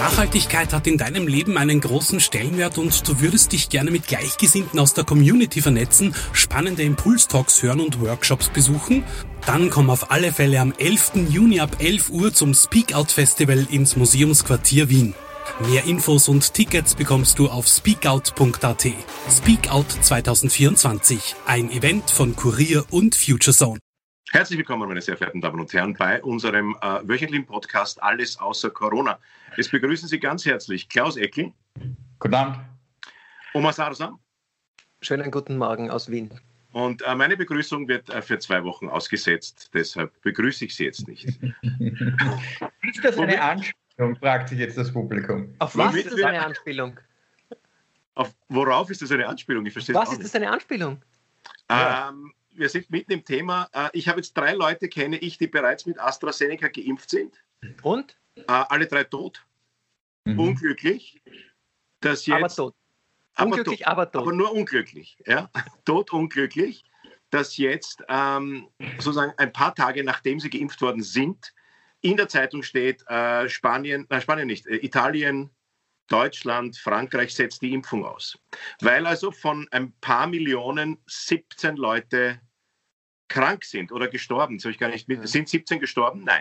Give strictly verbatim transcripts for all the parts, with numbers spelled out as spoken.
Nachhaltigkeit hat in deinem Leben einen großen Stellenwert und du würdest dich gerne mit Gleichgesinnten aus der Community vernetzen, spannende Impulstalks hören und Workshops besuchen? Dann komm auf alle Fälle am elften Juni ab elf Uhr zum Speak Out Festival ins Museumsquartier Wien. Mehr Infos und Tickets bekommst du auf speakout punkt a t. Speak Out zwanzig vierundzwanzig, ein Event von Kurier und Futurezone. Herzlich willkommen, meine sehr verehrten Damen und Herren, bei unserem äh, wöchentlichen Podcast Alles außer Corona. Es begrüßen Sie ganz herzlich Klaus Eckel. Guten Abend. Oma Sarsan. Schönen guten Morgen aus Wien. Und äh, meine Begrüßung wird äh, für zwei Wochen ausgesetzt, deshalb begrüße ich Sie jetzt nicht. Ist das eine Anspielung, fragt sich jetzt das Publikum. Auf was ist das eine Anspielung? Auf worauf ist das eine Anspielung? Ich verstehe es Was auch ist nicht. das eine Anspielung? Ähm, wir sind mitten im Thema. Äh, ich habe jetzt drei Leute, kenne ich, die bereits mit AstraZeneca geimpft sind. Und? Äh, alle drei tot. Mhm. Unglücklich. Dass jetzt, aber tot. Aber unglücklich, tot, aber tot. Aber nur unglücklich. Ja? Tot, unglücklich, dass jetzt ähm, sozusagen ein paar Tage nachdem sie geimpft worden sind, in der Zeitung steht, äh, Spanien, nein, Spanien nicht, äh, Italien, Deutschland, Frankreich setzt die Impfung aus. Weil also von ein paar Millionen siebzehn Leute krank sind oder gestorben. Das habe ich gar nicht mit. Mhm. Sind siebzehn gestorben? Nein.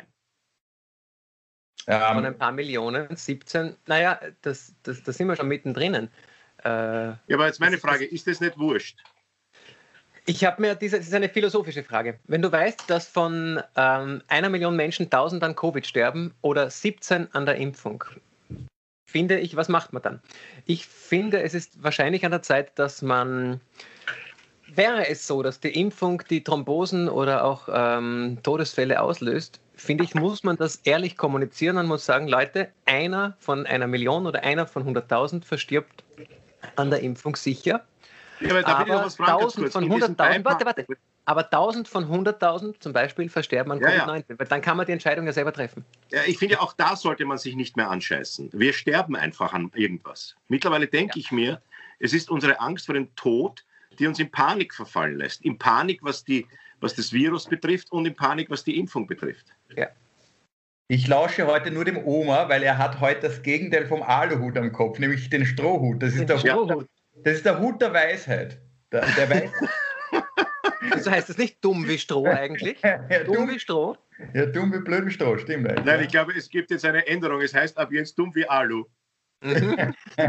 Ähm, Von ein paar Millionen, siebzehn, naja, das, das, das sind wir schon mittendrin. Äh, ja, aber jetzt meine Frage, ist das nicht wurscht? Ich habe mir, diese, das ist eine philosophische Frage. Wenn du weißt, dass von ähm, einer Million Menschen tausend an Covid sterben oder siebzehn an der Impfung, finde ich, was macht man dann? Ich finde, es ist wahrscheinlich an der Zeit, dass man, wäre es so, dass die Impfung die Thrombosen oder auch ähm, Todesfälle auslöst, finde ich, muss man das ehrlich kommunizieren. Man muss sagen, Leute, einer von einer Million oder einer von hunderttausend verstirbt an der Impfung sicher. Ja, aber da will ich noch was fragen, tausend von hunderttausend, warte, warte, aber tausend von hunderttausend zum Beispiel versterben an ja, Covid neunzehn, ja. weil dann kann man die Entscheidung ja selber treffen. Ja, ich finde, auch da sollte man sich nicht mehr anscheißen. Wir sterben einfach an irgendwas. Mittlerweile denke ja. ich mir, es ist unsere Angst vor dem Tod, die uns in Panik verfallen lässt. In Panik, was, die, was das Virus betrifft und in Panik, was die Impfung betrifft. Ja. Ich lausche heute nur dem Oma, weil er hat heute das Gegenteil vom Aluhut am Kopf, nämlich den Strohhut. Das ist, der, Strohhut. Hut, das ist der Hut der Weisheit. Der, der Weisheit. Also heißt das nicht dumm wie Stroh eigentlich? Ja, dumm, dumm wie Stroh? Ja, dumm wie blöd wie Stroh, stimmt eigentlich. Nein, ja. ich glaube, es gibt jetzt eine Änderung. Es heißt ab jetzt dumm wie Alu. Mhm.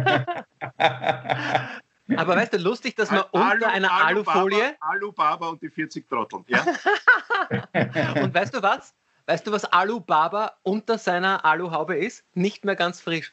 Aber weißt du, lustig, dass man Alu, unter einer Alu, Alufolie... Baba, Alu Baba und die vierzig Trotteln. Ja? Und weißt du was? Weißt du, was Alu Baba unter seiner Aluhaube ist? Nicht mehr ganz frisch.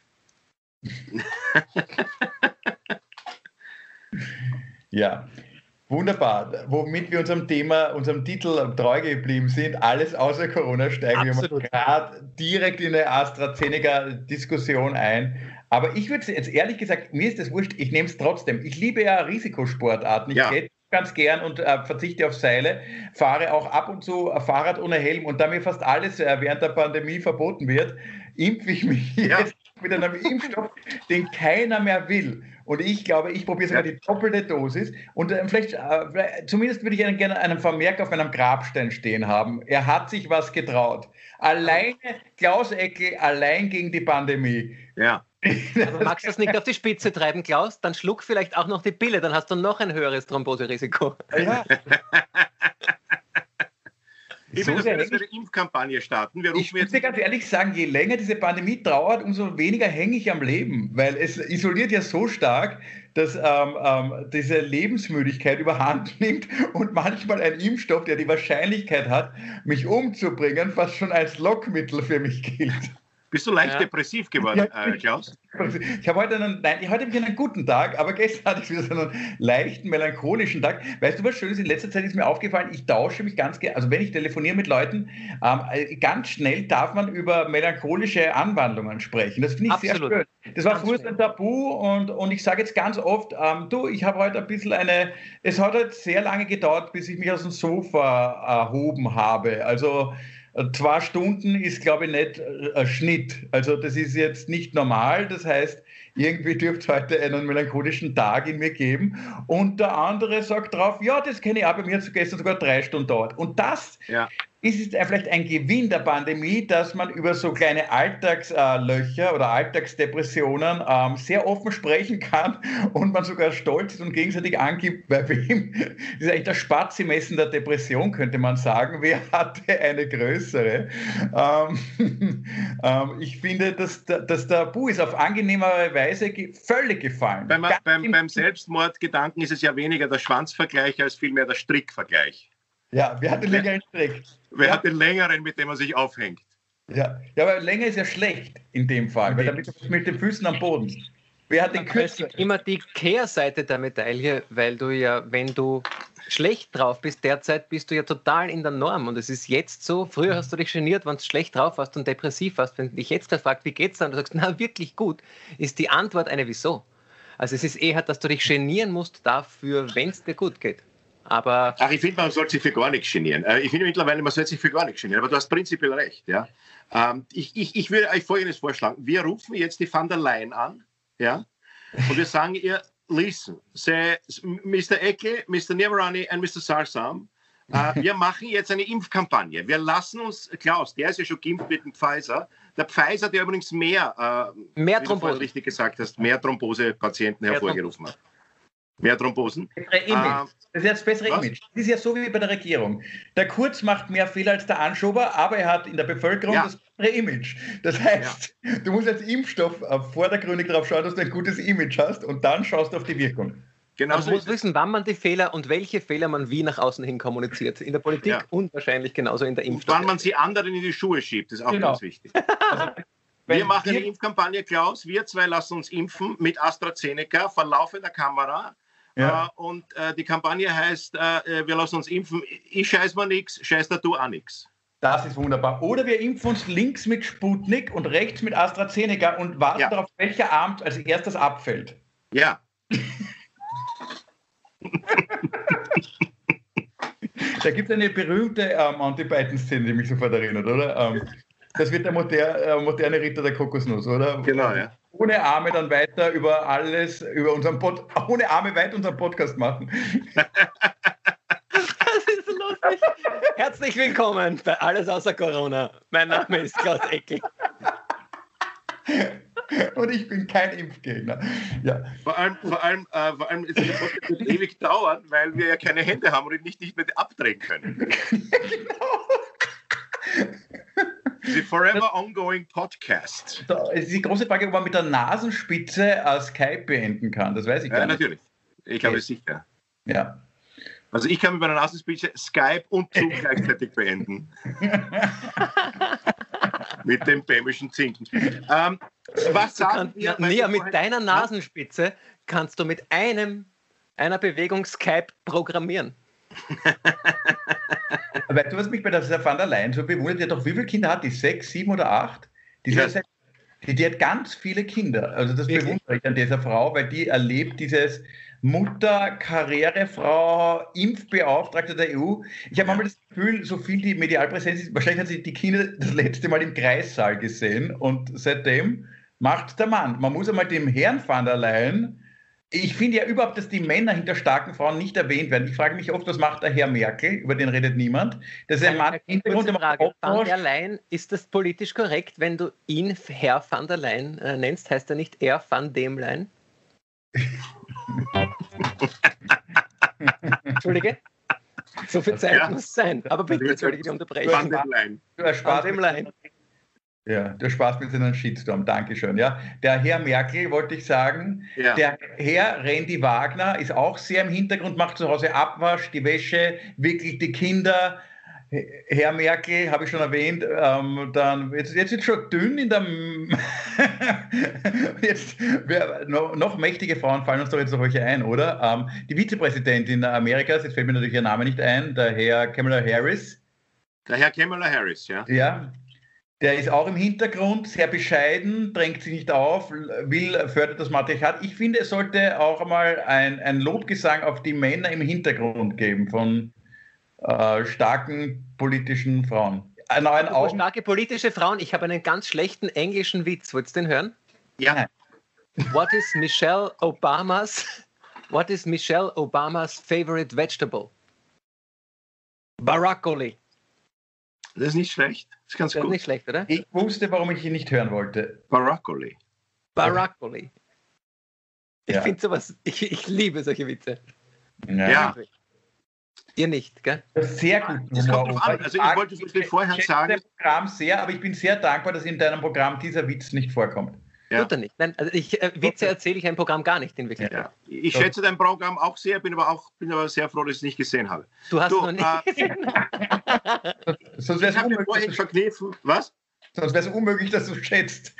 Ja, wunderbar. Womit wir unserem Thema, unserem Titel treu geblieben sind, alles außer Corona, steigen Absolut. wir gerade direkt in eine AstraZeneca-Diskussion ein. Aber ich würde jetzt ehrlich gesagt, mir ist das wurscht, ich nehme es trotzdem. Ich liebe ja Risikosportarten. Ich ja. gehe ganz gern und äh, verzichte auf Seile, fahre auch ab und zu Fahrrad ohne Helm und da mir fast alles äh, während der Pandemie verboten wird, impfe ich mich Ja. jetzt mit einem Impfstoff, den keiner mehr will. Und ich glaube, ich probiere sogar Ja. die doppelte Dosis. Und äh, vielleicht, äh, zumindest würde ich einen, gerne einen Vermerk auf meinem Grabstein stehen haben. Er hat sich was getraut. Alleine, Klaus Eckel, allein gegen die Pandemie. Ja. Aber magst du das nicht auf die Spitze treiben, Klaus? Dann schluck vielleicht auch noch die Pille, dann hast du noch ein höheres Thromboserisiko. Ja. Ich will, dass wir eine Impfkampagne starten. Wir Ich muss dir ganz ehrlich sagen, je länger diese Pandemie dauert, umso weniger hänge ich am Leben, weil es isoliert ja so stark, dass ähm, ähm, diese Lebensmüdigkeit überhand nimmt und manchmal ein Impfstoff, der die Wahrscheinlichkeit hat, mich umzubringen, fast schon als Lockmittel für mich gilt. Bist du leicht Ja. depressiv geworden, äh, Klaus? Ich habe heute einen, nein, heute habe ich einen guten Tag, aber gestern hatte ich wieder so einen leichten, melancholischen Tag. Weißt du, was Schönes? In letzter Zeit ist mir aufgefallen, ich tausche mich ganz gerne, also wenn ich telefoniere mit Leuten, ähm, ganz schnell darf man über melancholische Anwandlungen sprechen. Das finde ich Absolut. sehr schön. Das war Ganz früher schnell. ein Tabu und, und ich sage jetzt ganz oft, ähm, du, ich habe heute ein bisschen eine, es hat halt sehr lange gedauert, bis ich mich aus dem Sofa erhoben habe. Also zwei Stunden ist, glaube ich, nicht ein Schnitt. Also das ist jetzt nicht normal. Das heißt, irgendwie dürfte es heute einen melancholischen Tag in mir geben. Und der andere sagt drauf, ja, das kenne ich auch, bei mir hat es gestern sogar drei Stunden dauert. Und das ja. ist vielleicht ein Gewinn der Pandemie, dass man über so kleine Alltagslöcher oder Alltagsdepressionen ähm, sehr offen sprechen kann und man sogar stolz ist und gegenseitig angibt, bei wem, das ist eigentlich das Spazimessen der Depression, könnte man sagen, wer hatte eine größere. Ähm, ähm, ich finde, dass, dass der Bu ist auf angenehmere Weise ge- völlig gefallen. Beim, beim, beim Selbstmordgedanken ist es ja weniger der Schwanzvergleich als vielmehr der Strickvergleich. Ja, wer hat den längeren Strick? Wer ja. hat den längeren, mit dem er sich aufhängt? Ja, ja, aber länger ist ja schlecht in dem Fall, okay. Weil damit du mit den Füßen am Boden. Wer hat den kürzeren? Es gibt immer die Kehrseite der Medaille, weil du ja, wenn du schlecht drauf bist derzeit, bist du ja total in der Norm. Und es ist jetzt so, früher hast du dich geniert, wenn du schlecht drauf warst und depressiv warst. Wenn dich jetzt wer fragt, wie geht's dann, und du sagst, na, wirklich gut, ist die Antwort eine Wieso. Also es ist eher, dass du dich genieren musst dafür, wenn es dir gut geht. Aber Ach, ich finde, man sollte sich für gar nichts genieren. Ich finde mittlerweile, man sollte sich für gar nichts genieren. Aber du hast prinzipiell recht. Ja? Ich, ich, ich würde euch Folgendes vorschlagen. Wir rufen jetzt die Van der Leyen an, ja? Und wir sagen ihr, listen, say, Mister Eckel, Mister Niavarani und Mister Sarsam, uh, wir machen jetzt eine Impfkampagne. Wir lassen uns, Klaus, der ist ja schon geimpft mit dem Pfizer, der Pfizer, der übrigens mehr, uh, mehr wie du vorhin richtig gesagt hast, mehr Thrombose-Patienten hervorgerufen hat. Mehr Thrombosen. Bessere Image. Das ist ja das bessere Was? Image. Das ist ja so wie bei der Regierung. Der Kurz macht mehr Fehler als der Anschober, aber er hat in der Bevölkerung ja. das bessere Image. Das heißt, ja. du musst als Impfstoff vordergründig darauf schauen, dass du ein gutes Image hast und dann schaust du auf die Wirkung. Genau. Man muss wissen, wann man die Fehler und welche Fehler man wie nach außen hin kommuniziert. In der Politik ja. und wahrscheinlich genauso in der Impfstoff. Und wann man sie anderen in die Schuhe schiebt, ist auch genau. ganz wichtig. Also, wir machen eine Impfkampagne, Klaus. Wir zwei lassen uns impfen mit AstraZeneca vor laufender Kamera. Ja. Uh, und uh, die Kampagne heißt, uh, wir lassen uns impfen, ich scheiß mal nix, scheiß da du auch nix. Das ist wunderbar. Oder wir impfen uns links mit Sputnik und rechts mit AstraZeneca und warten ja. darauf, welcher Arm als erstes abfällt. Ja. Da gibt es eine berühmte ähm, Monty Python-Szene, die mich sofort erinnert, oder? Ähm, das wird der moder äh, moderne Ritter der Kokosnuss, oder? Genau, ja. Ohne Arme dann weiter über alles, über unseren Pod, ohne Arme weiter unseren Podcast machen. Das ist lustig. Herzlich willkommen bei Alles außer Corona. Mein Name ist Klaus Eckel. Und ich bin kein Impfgegner. Ja. Vor allem, vor allem, äh, vor allem ist der Podcast wird ewig dauern, weil wir ja keine Hände haben und ihn nicht, nicht mehr abdrehen können. Genau. The Forever Ongoing Podcast. Da ist die große Frage, ob man mit der Nasenspitze uh, Skype beenden kann. Das weiß ich gar ja, nicht. Natürlich. Ich glaube, okay. sicher. Ja. Also ich kann mit meiner Nasenspitze Skype und Zoom gleichzeitig beenden. Mit dem bämischen Zinken. Ähm, was sagen wir? Ja, nee, mit deiner Nasenspitze kannst du mit einem, einer Bewegung Skype programmieren. Weißt du, was mich bei der Van der Leyen so bewundert? Die hat doch, wie viele Kinder hat die? Sechs, sieben oder acht? Die, ja. heißt, die, die hat ganz viele Kinder. Also das Wirklich? bewundere ich an dieser Frau, weil die erlebt dieses Mutter, Karrierefrau, Impfbeauftragte der E U. Ich habe manchmal das Gefühl, so viel die Medialpräsenz ist, wahrscheinlich hat sie die Kinder das letzte Mal im Kreissaal gesehen und seitdem macht der Mann. Man muss einmal dem Herrn Van der Leyen. Ich finde ja überhaupt, dass die Männer hinter starken Frauen nicht erwähnt werden. Ich frage mich oft, was macht der Herr Merkel? Über den redet niemand. Das ist ein Mann im Hintergrund. Frage. Van der Leyen, ist das politisch korrekt, wenn du ihn Herr Van der Leyen äh, nennst? Heißt er nicht er Van dem Leyen? Entschuldige? So viel Zeit ja. muss sein. Aber bitte, entschuldige die Unterbrechung. Van dem Leyen. Van dem Leyen. Ja, der Spaß mit seinem Shitstorm, Dankeschön. Ja, der Herr Merkel, wollte ich sagen, ja. der Herr Randy Wagner ist auch sehr im Hintergrund, macht zu Hause Abwasch, die Wäsche, wickelt die Kinder. Herr Merkel, habe ich schon erwähnt, ähm, dann, jetzt, jetzt ist schon dünn in der... jetzt, wer, noch, noch mächtige Frauen fallen uns doch jetzt noch welche ein, oder? Ähm, die Vizepräsidentin Amerikas, jetzt fällt mir natürlich ihr Name nicht ein, der Herr Kamala Harris. Der Herr Kamala Harris, ja. Ja. Der ist auch im Hintergrund, sehr bescheiden, drängt sich nicht auf, will, fördert das Matriarchat. Ich finde, es sollte auch einmal ein, ein Lobgesang auf die Männer im Hintergrund geben von äh, starken politischen Frauen. Neuen Augen. Starke politische Frauen, ich habe einen ganz schlechten englischen Witz. Wolltest du den hören? Ja. What is Michelle Obamas? What is Michelle Obamas favorite vegetable? Broccoli. Das ist nicht schlecht. Das ist ganz Das ist gut. nicht schlecht, oder? Ich wusste, warum ich ihn nicht hören wollte. Broccoli. Broccoli. Ich Ja. finde sowas, ich, ich liebe solche Witze. Ja. Ihr nicht, gell? Sehr gut. Das kommt drauf an. Also ich wollte es dir vorher sagen. Ich Programm sehr, aber ich bin sehr dankbar, dass in deinem Programm dieser Witz nicht vorkommt. Ja. Tut er nicht. Nein, also ich, äh, Witze erzähle ich im Programm gar nicht in Wirklichkeit. Ja. Ich schätze dein Programm auch sehr, bin aber auch bin aber sehr froh, dass ich es nicht gesehen habe. Du hast Du, es noch nicht äh, gesehen. Sonst wäre Ich es habe mir vorhin unmöglich, dass verkniffen. Was? du- sonst wär's unmöglich, dass du es schätzt.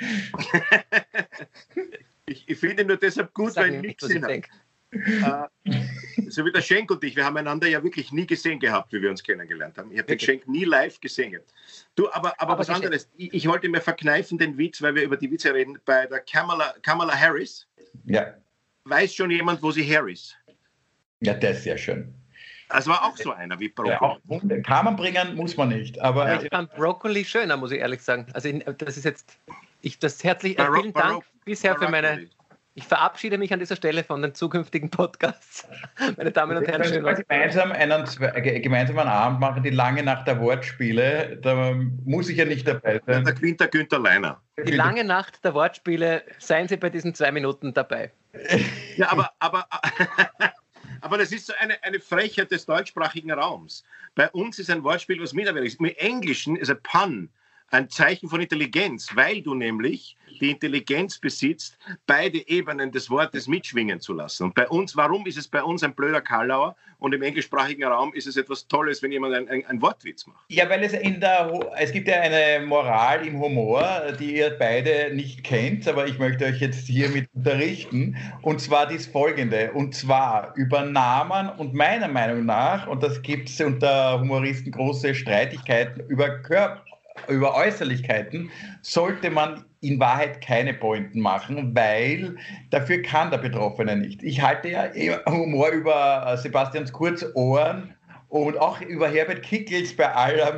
Ich, ich finde ihn nur deshalb gut, Sag weil mir ich ihn nicht, nicht was ich gesehen denke. habe. Äh, so wie der Schenk und ich, wir haben einander ja wirklich nie gesehen gehabt, wie wir uns kennengelernt haben. Ich habe den Wirklich? Schenk nie live gesehen gehabt. Du, aber, aber, Aber was geschätzt. anderes. Ich, ich wollte mir verkneifen den Witz, weil wir über die Witze reden, bei der Kamala, Kamala Harris. Ja. Weiß schon jemand, wo sie her ist? Ja, das ist sehr schön. Das war auch so einer wie Ja, Brokkoli. auch, Wunder- kann man bringen, muss man nicht. Aber Ja. Ich fand Broccoli schöner, muss ich ehrlich sagen. Also in, das ist jetzt, ich das herzlich, äh, Baro- vielen Dank Baro- bisher für meine, Brokkoli. ich verabschiede mich an dieser Stelle von den zukünftigen Podcasts. Meine Damen und Herren, wenn schön wir war's. gemeinsam einen zwe- ge- gemeinsamen Abend machen, die lange Nacht der Wortspiele, da muss ich ja nicht dabei Ja, sein. der Günther Günther Leiner. Die lange Nacht der Wortspiele, seien Sie bei diesen zwei Minuten dabei. Ja, aber, aber, aber das ist so eine, eine Frechheit des deutschsprachigen Raums. Bei uns ist ein Wortspiel, was minderwertig ist. Im Englischen ist ein Pun ein Zeichen von Intelligenz, weil du nämlich die Intelligenz besitzt, beide Ebenen des Wortes mitschwingen zu lassen. Und bei uns, warum ist es bei uns ein blöder Karlauer und im englischsprachigen Raum ist es etwas Tolles, wenn jemand ein, ein, ein Wortwitz macht? Ja, weil es in der, es gibt ja eine Moral im Humor, die ihr beide nicht kennt, aber ich möchte euch jetzt hiermit unterrichten. Und zwar dies folgende. Und zwar über Namen und meiner Meinung nach, und das gibt es unter Humoristen große Streitigkeiten, über Körper, über Äußerlichkeiten sollte man in Wahrheit keine Pointen machen, weil dafür kann der Betroffene nicht. Ich halte ja Humor über Sebastians Kurzohren und auch über Herbert Kickels bei aller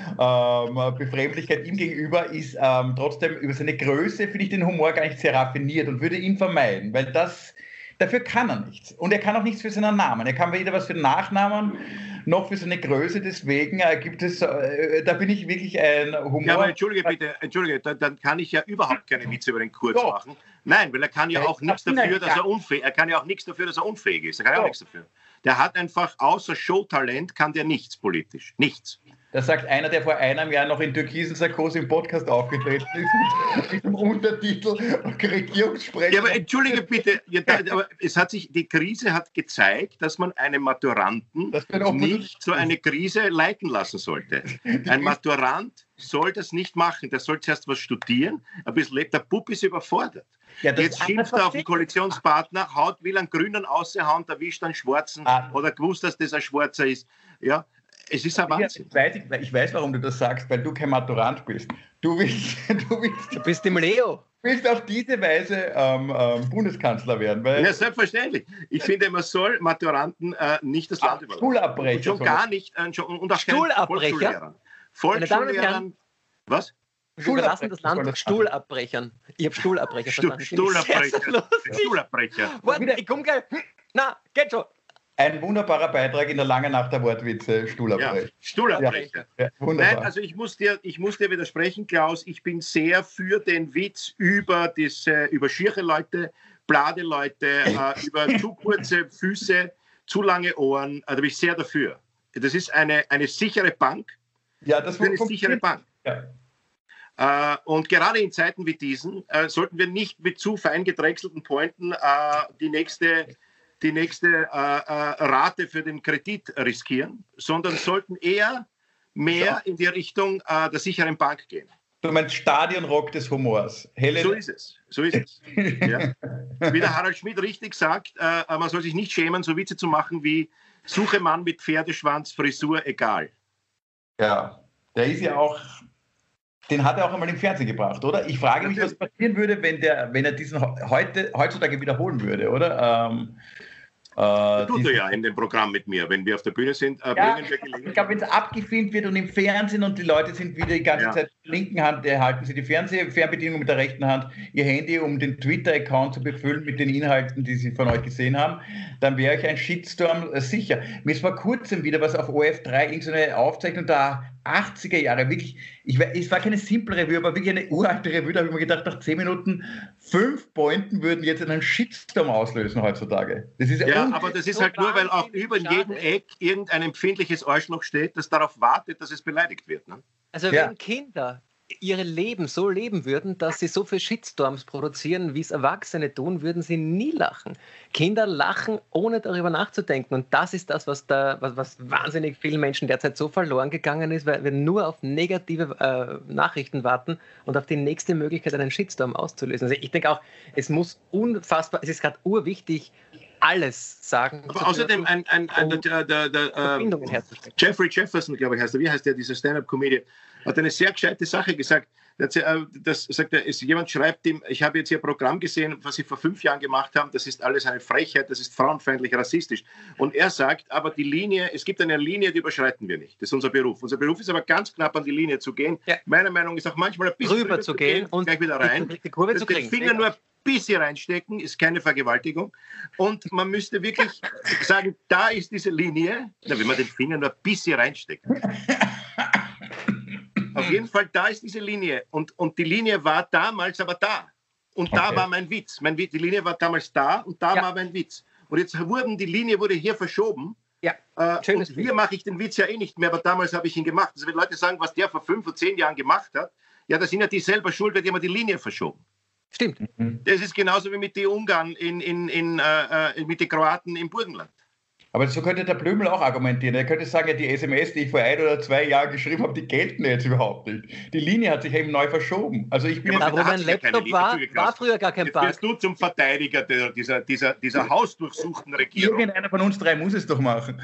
ähm, Befremdlichkeit ihm gegenüber ist ähm, trotzdem über seine Größe, finde ich den Humor gar nicht sehr raffiniert und würde ihn vermeiden, weil das, dafür kann er nichts. Und er kann auch nichts für seinen Namen. Er kann weder was für den Nachnamen noch für seine Größe, deswegen äh, gibt es, äh, da bin ich wirklich ein Humor... Ja, aber entschuldige bitte, entschuldige, dann, dann kann ich ja überhaupt keine Witze über den Kurz Doch. machen. Nein, weil er kann ja Ja, auch nichts nein, dafür, dass ja. er unfähig, er kann ja auch nichts dafür, dass er unfähig ist. Er kann ja auch Doch. nichts dafür. Der hat einfach außer Showtalent kann der nichts politisch, nichts. Das sagt einer, der vor einem Jahr noch in türkisen Sarkozy im Podcast aufgetreten ist, mit dem Untertitel Regierungssprecher. Ja, aber entschuldige bitte, ja, da, aber es hat sich, die Krise hat gezeigt, dass man einen Maturanten Das wird auch nicht so eine Krise leiten lassen sollte. Ein Maturant soll das nicht machen, der soll zuerst was studieren, ein bisschen lebt, der Bub ist überfordert. Ja, das- Jetzt schimpft er auf den Koalitionspartner, haut, will einen Grünen aushauen, erwischt einen Schwarzen Ah. oder gewusst, dass das ein Schwarzer ist. Ja, es ist ein Wahnsinn. Ich weiß, ich weiß, warum du das sagst, weil du kein Maturant bist. Du willst, du willst, Du bist im Leo. willst auf diese Weise ähm, ähm, Bundeskanzler werden. Weil Ja, selbstverständlich. Ich finde, man soll Maturanten äh, nicht das Land überlassen. Stuhlabbrecher. Und schon soll- gar nicht, äh, schon, und auch keinen Stuhlabbrecher? Volksschullehrern. Meine Damen und Volksschullehrern, was? Wir überlassen das soll Land das Stuhlabbrechern. Ich habe Stuhlabbrecher Stuhl, verstanden. Finde ich sehr, sehr Stuhlabbrecher. lustig. Stuhlabbrecher. Warte, ich komm gleich. Hm, Na, geht schon. Ein wunderbarer Beitrag in der langen Nacht der Wortwitze, Ja, Stuhlabbrecher. Stuhlabbrecher. Ja, wunderbar. Nein, also ich muss, dir, ich muss dir widersprechen, Klaus. Ich bin sehr für den Witz über, das, äh, über schiere Leute, blade Leute, äh, über zu kurze Füße, zu lange Ohren. Äh, da bin ich sehr dafür. Das ist eine, eine sichere Bank. ja, das Eine sichere Bank. Ja. Äh, und gerade in Zeiten wie diesen äh, sollten wir nicht mit zu fein gedrechselten Pointen äh, die nächste, die nächste äh, äh, Rate für den Kredit riskieren, sondern sollten eher mehr in die Richtung äh, der sicheren Bank gehen. Du meinst Stadionrock des Humors. Helle So ist es. So ist es. Ja. Wie der Harald Schmidt richtig sagt, äh, man soll sich nicht schämen, so Witze zu machen wie Suche Mann mit Pferdeschwanz, Frisur, egal. Ja, der ist ja auch, den hat er auch einmal im Fernsehen gebracht, oder? Ich frage mich, was passieren würde, wenn, der, wenn er diesen heute, heutzutage wiederholen würde, oder? Ähm, Das tut er ja in dem Programm mit mir. Wenn wir auf der Bühne sind, äh, ja, bringen wir Gelegenheit. Ich glaube, wenn es abgefilmt wird und im Fernsehen und die Leute sind wieder die ganze ja. Zeit mit der linken Hand, halten sie die Fernseh- Fernbedienung mit der rechten Hand, ihr Handy, um den Twitter-Account zu befüllen mit den Inhalten, die sie von euch gesehen haben, dann wäre euch ein Shitstorm äh, sicher. Mir ist vor kurzem wieder was auf O R F drei, irgendeine Aufzeichnung der achtziger Jahre, wirklich, ich, es war keine simple Revue, aber wirklich eine uralte Revue, da habe ich mir gedacht, nach zehn Minuten, fünf Pointen würden jetzt einen Shitstorm auslösen heutzutage. Das ist ja, aber das ist so halt nur, weil auch über schade. jedem Eck irgendein empfindliches Arschloch steht, das darauf wartet, dass es beleidigt wird. Ne? Also ja. wenn Kinder ihre Leben so leben würden, dass sie so viel Shitstorms produzieren, wie es Erwachsene tun, würden sie nie lachen. Kinder lachen, ohne darüber nachzudenken. Und das ist das, was, da, was, was wahnsinnig vielen Menschen derzeit so verloren gegangen ist, weil wir nur auf negative äh, Nachrichten warten und auf die nächste Möglichkeit, einen Shitstorm auszulösen. Also ich denke auch, es muss unfassbar, es ist gerade urwichtig, alles sagen. Aber außerdem ein, ein, ein, um der, der, der, Verbindungen äh, herzustellen. Jeffrey Jefferson, glaube ich, heißt er, wie heißt der, dieser Stand-Up-Comedian, hat eine sehr gescheite Sache gesagt. Das, das sagt er, ist, jemand schreibt ihm, ich habe jetzt hier ein Programm gesehen, was Sie vor fünf Jahren gemacht haben, das ist alles eine Frechheit, das ist frauenfeindlich, rassistisch. Und er sagt, aber die Linie, es gibt eine Linie, die überschreiten wir nicht. Das ist unser Beruf. Unser Beruf ist aber ganz knapp an die Linie zu gehen. Ja. Meiner Meinung nach ist auch manchmal ein bisschen rüber zu gehen, gehen und gleich wieder rein. Die, die Kurve zu kriegen. Den Finger nur ein bisschen reinstecken, ist keine Vergewaltigung. Und man müsste wirklich sagen, da ist diese Linie, na, wenn man den Finger nur ein bisschen reinsteckt. Auf jeden Fall, da ist diese Linie. Und, und die Linie war damals aber da. Und okay. da war mein Witz. Mein Witz. Die Linie war damals da und da ja. war mein Witz. Und jetzt wurden die Linie wurde hier verschoben. Ja. Äh, und hier mache ich den Witz ja eh nicht mehr, aber damals habe ich ihn gemacht. Also wenn Leute sagen, was der vor fünf oder zehn Jahren gemacht hat, ja, da sind ja die selber schuld, weil die haben die Linie verschoben. Stimmt. Das ist genauso wie mit den Ungarn, in, in, in, äh, mit den Kroaten im Burgenland. Aber so könnte der Blümel auch argumentieren. Er könnte sagen, ja, die S M S, die ich vor ein oder zwei Jahren geschrieben habe, die gelten jetzt überhaupt nicht. Die Linie hat sich eben neu verschoben. Also ich bin ja, jetzt, wo mein Laptop war, war früher gar kein Bug. Jetzt wirst du zum Verteidiger der, dieser, dieser, dieser hausdurchsuchten Regierung. Irgendeiner von uns drei muss es doch machen.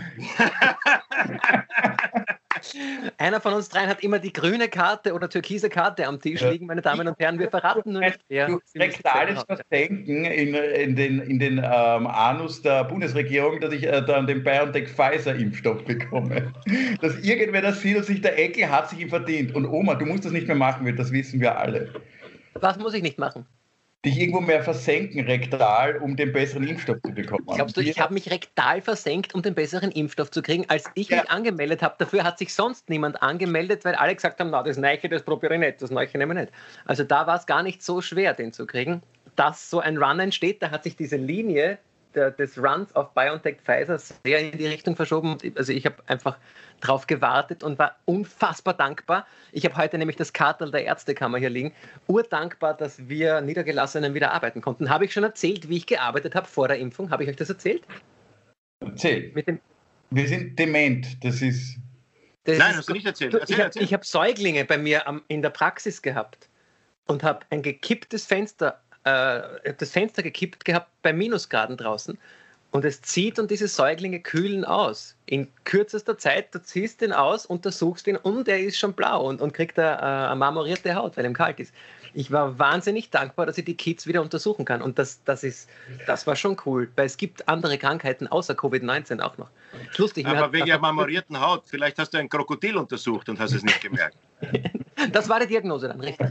Einer von uns dreien hat immer die grüne Karte oder türkise Karte am Tisch ja. liegen, meine Damen und Herren. Wir verraten nur nicht. Ja, du rektales Versenken in, in den, in den ähm, Anus der Bundesregierung, dass ich äh, dann den BioNTech-Pfizer-Impfstoff bekomme. Dass irgendwer das sieht und sich der Eckel hat sich ihm verdient. Und Oma, du musst das nicht mehr machen, das wissen wir alle. Was muss ich nicht machen? Dich irgendwo mehr versenken rektal, um den besseren Impfstoff zu bekommen. Glaubst du, ich habe mich rektal versenkt, um den besseren Impfstoff zu kriegen? Als ich ja. mich angemeldet habe, dafür hat sich sonst niemand angemeldet, weil alle gesagt haben, na, das Neiche, das probiere ich nicht, das Neiche nehme ich nicht. Also da war es gar nicht so schwer, den zu kriegen. Dass so ein Run entsteht, da hat sich diese Linie der, des Runs auf BioNTech Pfizer sehr in die Richtung verschoben. Also ich habe einfach drauf gewartet und war unfassbar dankbar. Ich habe heute nämlich das Kartel der Ärztekammer hier liegen. Urdankbar, dass wir Niedergelassenen wieder arbeiten konnten. Habe ich schon erzählt, wie ich gearbeitet habe vor der Impfung? Habe ich euch das erzählt? Erzähl. Mit dem wir sind dement. Das ist... Das Nein, ist, hast du nicht erzählt. Erzähl, ich habe hab Säuglinge bei mir am, in der Praxis gehabt und habe ein gekipptes Fenster äh, das Fenster gekippt gehabt bei Minusgraden draußen und es zieht und diese Säuglinge kühlen aus. In kürzester Zeit, du ziehst den aus, untersuchst ihn und er ist schon blau und, und kriegt eine, eine marmorierte Haut, weil ihm kalt ist. Ich war wahnsinnig dankbar, dass ich die Kids wieder untersuchen kann und das, das, ist, das war schon cool, weil es gibt andere Krankheiten außer Covid neunzehn auch noch. Lustig, aber wegen der marmorierten Haut, vielleicht hast du ein Krokodil untersucht und hast es nicht gemerkt. Das war die Diagnose dann, richtig.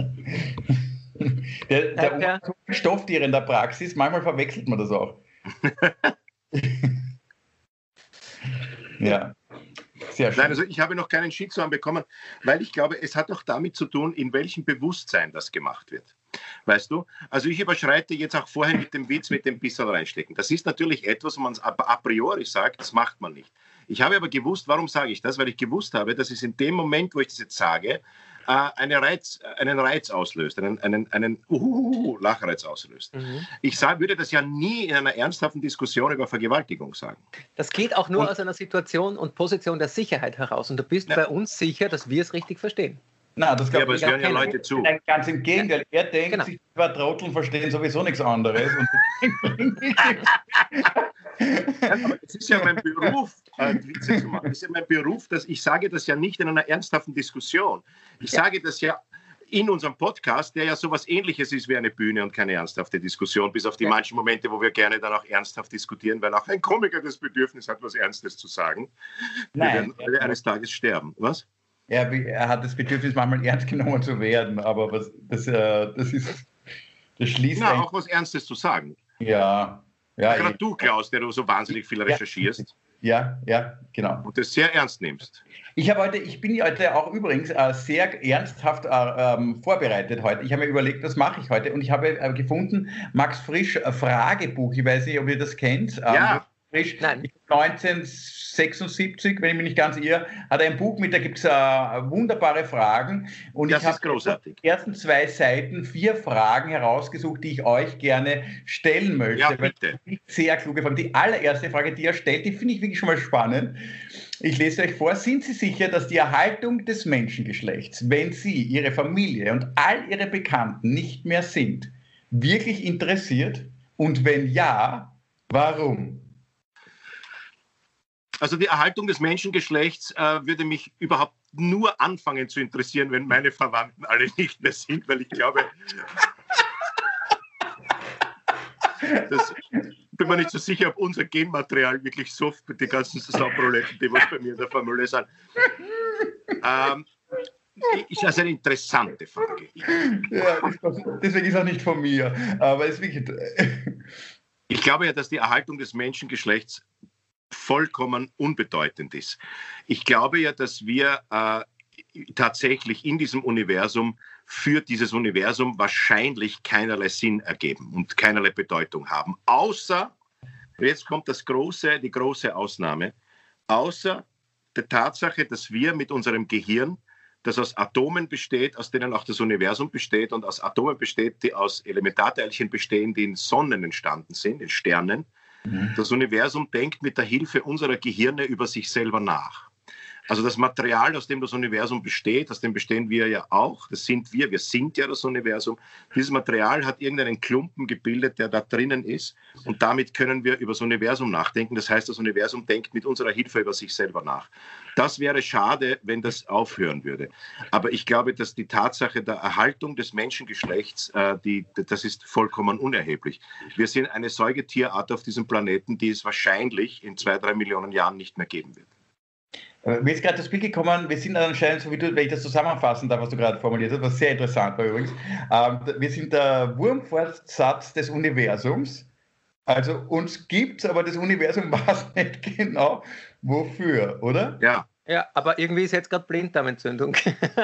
Der, der ja, ja. Stofftiere in der Praxis, manchmal verwechselt man das auch. Ja, sehr schön. Nein, also ich habe noch keinen Shitstorm bekommen, weil ich glaube, es hat auch damit zu tun, in welchem Bewusstsein das gemacht wird. Weißt du? Also ich überschreite jetzt auch vorher mit dem Witz, mit dem bisschen reinstecken. Das ist natürlich etwas, wo man a priori sagt, das macht man nicht. Ich habe aber gewusst, warum sage ich das? Weil ich gewusst habe, dass es in dem Moment, wo ich das jetzt sage, Eine Reiz, einen Reiz auslöst, einen, einen, einen Uhuhu, Lachreiz auslöst. Mhm. Ich sag, würde das ja nie in einer ernsthaften Diskussion über Vergewaltigung sagen. Das geht auch nur und, aus einer Situation und Position der Sicherheit heraus. Und du bist ja. bei uns sicher, dass wir es richtig verstehen. Nein, das ja, aber es hören ja Leute zu. Nein, ganz im Gegenteil. Er denkt, genau. sich zwei Trotteln verstehen sowieso nichts anderes. Ja, aber es ist ja mein Beruf, äh, Witze zu machen. Es ist ja mein Beruf, dass ich sage das ja nicht in einer ernsthaften Diskussion. Ich ja. sage das ja, in unserem Podcast, der ja sowas Ähnliches ist wie eine Bühne und keine ernsthafte Diskussion, bis auf die ja. manchen Momente, wo wir gerne dann auch ernsthaft diskutieren, weil auch ein Komiker das Bedürfnis hat, was Ernstes zu sagen. Nein, wir werden alle eines Tages sterben. Was? Er, er hat das Bedürfnis, manchmal ernst genommen zu werden, aber was, das, äh, das ist, das schließt... Na, auch was Ernstes zu sagen. Ja. ja Gerade du, Klaus, der du so wahnsinnig viel recherchierst. Ja, ja, genau. Und das sehr ernst nimmst. Ich habe heute, ich bin heute auch übrigens äh, sehr ernsthaft äh, ähm, vorbereitet heute. Ich habe mir überlegt, was mache ich heute? Und ich habe äh, gefunden, Max Frisch äh, Fragebuch. Ich weiß nicht, ob ihr das kennt. Ähm, ja. Frisch, Nein. neunzehnhundertsechsundsiebzig, wenn ich mich nicht ganz irre, hat er ein Buch mit, da gibt es äh, wunderbare Fragen. Und das ich habe die ersten zwei Seiten vier Fragen herausgesucht, die ich euch gerne stellen möchte. Ja, bitte. Weil sehr kluge Fragen. Die allererste Frage, die er stellt, die finde ich wirklich schon mal spannend. Ich lese euch vor. Sind Sie sicher, dass die Erhaltung des Menschengeschlechts, wenn Sie, Ihre Familie und all Ihre Bekannten nicht mehr sind, wirklich interessiert? Und wenn ja, warum? Also die Erhaltung des Menschengeschlechts äh, würde mich überhaupt nur anfangen zu interessieren, wenn meine Verwandten alle nicht mehr sind, weil ich glaube, das, bin mir nicht so sicher, ob unser Genmaterial wirklich so für die ganzen Sauproletten, die was bei mir in der Familie sind. Ähm, ist also eine interessante Frage. Ja, deswegen ist auch nicht von mir, aber es ist wirklich... Ich glaube ja, dass die Erhaltung des Menschengeschlechts vollkommen unbedeutend ist. Ich glaube ja, dass wir äh, tatsächlich in diesem Universum für dieses Universum wahrscheinlich keinerlei Sinn ergeben und keinerlei Bedeutung haben. Außer, jetzt kommt das große, die große Ausnahme, außer der Tatsache, dass wir mit unserem Gehirn, das aus Atomen besteht, aus denen auch das Universum besteht und aus Atomen besteht, die aus Elementarteilchen bestehen, die in Sonnen entstanden sind, in Sternen. Das Universum denkt mit der Hilfe unserer Gehirne über sich selber nach. Also das Material, aus dem das Universum besteht, aus dem bestehen wir ja auch, das sind wir, wir sind ja das Universum. Dieses Material hat irgendeinen Klumpen gebildet, der da drinnen ist und damit können wir über das Universum nachdenken. Das heißt, das Universum denkt mit unserer Hilfe über sich selber nach. Das wäre schade, wenn das aufhören würde. Aber ich glaube, dass die Tatsache der Erhaltung des Menschengeschlechts, äh, die, das ist vollkommen unerheblich. Wir sind eine Säugetierart auf diesem Planeten, die es wahrscheinlich in zwei, drei Millionen Jahren nicht mehr geben wird. Mir ist gerade das Bild gekommen, wir sind anscheinend, so wie du, wenn ich das zusammenfassen darf, was du gerade formuliert hast, was sehr interessant war übrigens, ähm, wir sind der Wurmfortsatz des Universums, also uns gibt es, aber das Universum weiß nicht genau, wofür, oder? Ja. Ja, aber irgendwie ist jetzt gerade Blinddarmentzündung.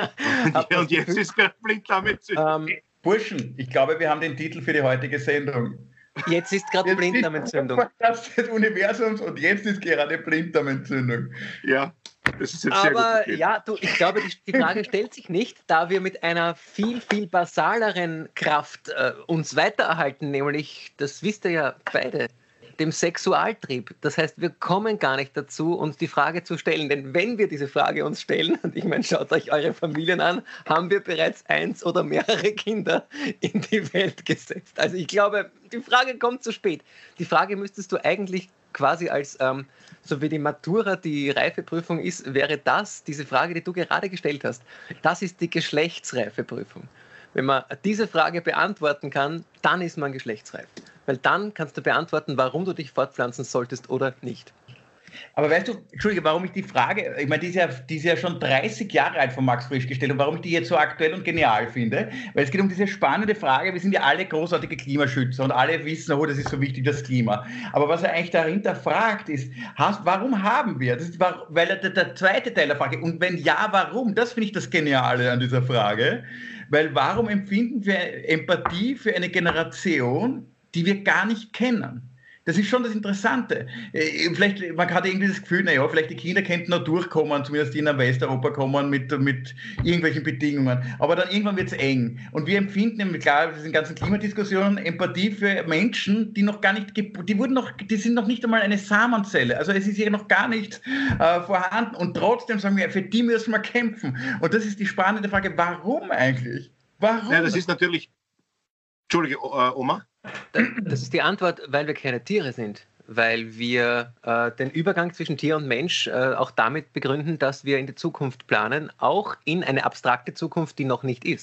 Ja, und jetzt ist gerade Blinddarmentzündung. Ähm, Burschen, ich glaube, wir haben den Titel für die heutige Sendung. Jetzt ist gerade Blinddarmentzündung. Das des Universums und jetzt ist gerade Blinddarmentzündung. Ja, das ist jetzt aber sehr gut. Ja, du, ich glaube, die, die Frage stellt sich nicht, da wir mit einer viel, viel basaleren Kraft äh, uns weitererhalten, nämlich, das wisst ihr ja beide, dem Sexualtrieb. Das heißt, wir kommen gar nicht dazu, uns die Frage zu stellen. Denn wenn wir diese Frage uns stellen, und ich meine, schaut euch eure Familien an, haben wir bereits eins oder mehrere Kinder in die Welt gesetzt. Also ich glaube, die Frage kommt zu spät. Die Frage müsstest du eigentlich quasi als, ähm, so wie die Matura die Reifeprüfung ist, wäre das, diese Frage, die du gerade gestellt hast, das ist die Geschlechtsreifeprüfung. Wenn man diese Frage beantworten kann, dann ist man geschlechtsreif. Weil dann kannst du beantworten, warum du dich fortpflanzen solltest oder nicht. Aber weißt du, Entschuldige, warum ich die Frage, ich meine, die ist, ja, die ist ja schon dreißig Jahre alt von Max Frisch gestellt und warum ich die jetzt so aktuell und genial finde, weil es geht um diese spannende Frage, wir sind ja alle großartige Klimaschützer und alle wissen, oh, das ist so wichtig, das Klima. Aber was er eigentlich dahinter fragt ist, hast, warum haben wir? Das ist, weil der, der zweite Teil der Frage, und wenn ja, warum? Das finde ich das Geniale an dieser Frage, weil warum empfinden wir Empathie für eine Generation, die wir gar nicht kennen? Das ist schon das Interessante. Vielleicht, man hat irgendwie das Gefühl, naja, vielleicht die Kinder könnten noch durchkommen, zumindest die nach Westeuropa kommen mit, mit irgendwelchen Bedingungen. Aber dann irgendwann wird es eng. Und wir empfinden, klar, in diesen ganzen Klimadiskussionen, Empathie für Menschen, die noch gar nicht, die wurden noch, die sind noch nicht einmal eine Samenzelle. Also es ist hier noch gar nicht äh, vorhanden. Und trotzdem sagen wir, für die müssen wir kämpfen. Und das ist die spannende Frage, warum eigentlich? Warum? Ja, das ist natürlich... Entschuldige, Oma? Das ist die Antwort, weil wir keine Tiere sind. Weil wir äh, den Übergang zwischen Tier und Mensch äh, auch damit begründen, dass wir in die Zukunft planen, auch in eine abstrakte Zukunft, die noch nicht ist.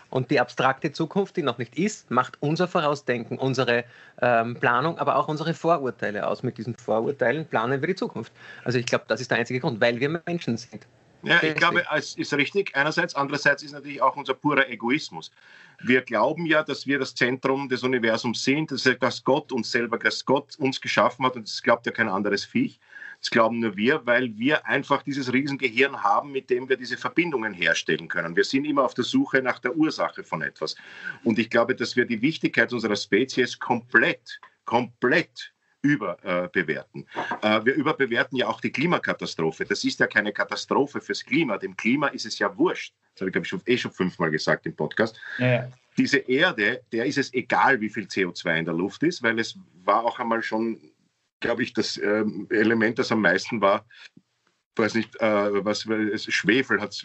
Und die abstrakte Zukunft, die noch nicht ist, macht unser Vorausdenken, unsere ähm, Planung, aber auch unsere Vorurteile aus. Mit diesen Vorurteilen planen wir die Zukunft. Also ich glaube, das ist der einzige Grund, weil wir Menschen sind. Ja, ich glaube, es ist richtig. Einerseits, andererseits ist natürlich auch unser purer Egoismus. Wir glauben ja, dass wir das Zentrum des Universums sind, dass Gott uns selber, dass Gott uns geschaffen hat und das glaubt ja kein anderes Viech. Das glauben nur wir, weil wir einfach dieses Riesengehirn haben, mit dem wir diese Verbindungen herstellen können. Wir sind immer auf der Suche nach der Ursache von etwas. Und ich glaube, dass wir die Wichtigkeit unserer Spezies komplett, komplett überbewerten. Äh, wir überbewerten ja auch die Klimakatastrophe. Das ist ja keine Katastrophe fürs Klima. Dem Klima ist es ja wurscht. Das habe ich, glaube ich, schon, eh schon fünfmal gesagt im Podcast. Ja. Diese Erde, der ist es egal, wie viel C O zwei in der Luft ist, weil es war auch einmal schon, glaube ich, das ähm, Element, das am meisten war, weiß nicht, äh, was es Schwefel hat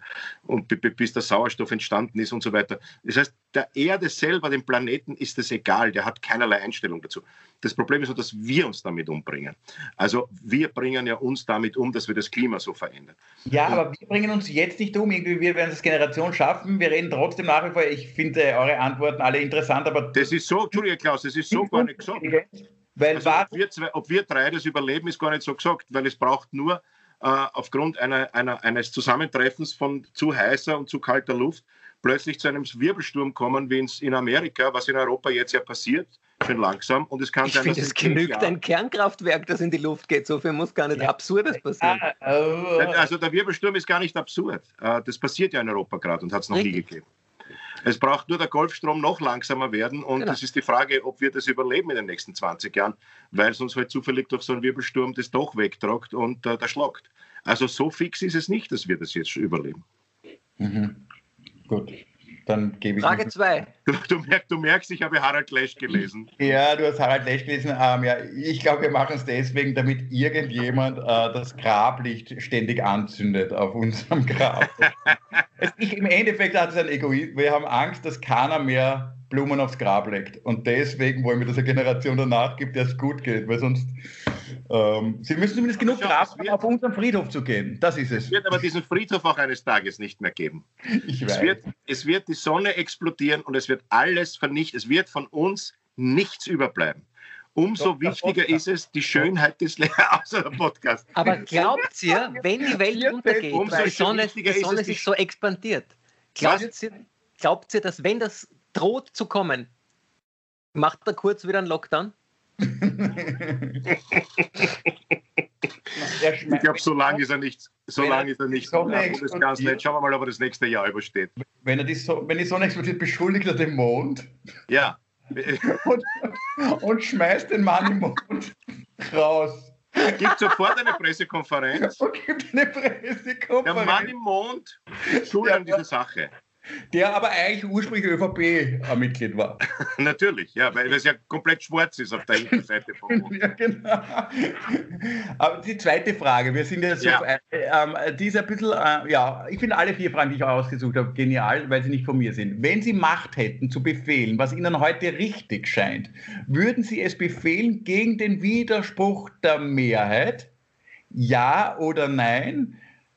und b- b- bis der Sauerstoff entstanden ist und so weiter. Das heißt, der Erde selber, dem Planeten, ist es egal, der hat keinerlei Einstellung dazu. Das Problem ist nur, dass wir uns damit umbringen. Also wir bringen ja uns damit um, dass wir das Klima so verändern. Ja, und aber wir bringen uns jetzt nicht um. Irgendwie, wir werden es Generation schaffen. Wir reden trotzdem nach wie vor. Ich finde eure Antworten alle interessant, aber das ist so, Entschuldige Klaus, das ist so gar nicht gesagt. Weil also, ob, wir zwei, ob wir drei das überleben, ist gar nicht so gesagt, weil es braucht nur Uh, aufgrund einer, einer, eines Zusammentreffens von zu heißer und zu kalter Luft plötzlich zu einem Wirbelsturm kommen, wie es in Amerika, was in Europa jetzt ja passiert, schon langsam. Und es kann ich sein, finde, dass es genügt Jahren, ein Kernkraftwerk, das in die Luft geht. So viel muss gar nicht ja. Absurdes passieren. Also der Wirbelsturm ist gar nicht absurd. Uh, das passiert ja in Europa gerade und hat es noch Richtig. nie gegeben. Es braucht nur der Golfstrom noch langsamer werden und genau. Das ist die Frage, ob wir das überleben in den nächsten zwanzig Jahren, weil es uns halt zufällig durch so einen Wirbelsturm das doch wegtragt und äh, der schlagt. Also so fix ist es nicht, dass wir das jetzt überleben. Mhm. Gut, dann gebe ich... Frage zwei. Du, du, merk, du merkst, ich habe Harald Lesch gelesen. Ja, du hast Harald Lesch gelesen. Ähm, ja, ich glaube, wir machen es deswegen, damit irgendjemand äh, das Grablicht ständig anzündet auf unserem Grab. es, ich, Im Endeffekt hat es ein Egoismus. Wir haben Angst, dass keiner mehr Blumen aufs Grab legt. Und deswegen wollen wir, dass eine Generation danach gibt, der es gut geht. Weil sonst... Ähm, Sie müssen zumindest genug schau, Kraft haben, auf unseren Friedhof zu gehen. Das ist es. Es wird aber diesen Friedhof auch eines Tages nicht mehr geben. Ich es, weiß. Wird, es wird die Sonne explodieren und es wird alles vernichtet. Es wird von uns nichts überbleiben. Umso Doch, wichtiger ist es, die Schönheit des Lebens, außer der Podcast. Aber glaubt ihr, wenn die Welt untergeht, weil die Sonne, die Sonne sich so expandiert, glaubt ihr, glaubt ihr, dass wenn das droht zu kommen, macht er kurz wieder einen Lockdown? Ich glaube, so lange ist er nicht, so lange ist er nicht Bundeskanzler. Jetzt schauen wir mal, ob er das nächste Jahr übersteht. Wenn, er die so- wenn die Sonne explodiert, beschuldigt er den Mond. Ja. und, und schmeißt den Mann im Mond raus. Gibt sofort eine Pressekonferenz. Und gibt eine Pressekonferenz. Der Mann im Mond ist schuld an dieser Sache. Der aber eigentlich ursprünglich ÖVP-Mitglied war. Natürlich, ja, weil das ja komplett schwarz ist auf der linken Seite vom Mond. Ja, genau. Aber die zweite Frage, wir sind jetzt ja. auf, äh, die ist ein bisschen, äh, ja, ich finde alle vier Fragen, die ich ausgesucht habe, genial, weil sie nicht von mir sind. Wenn Sie Macht hätten zu befehlen, was Ihnen heute richtig scheint, würden Sie es befehlen gegen den Widerspruch der Mehrheit? Ja oder nein?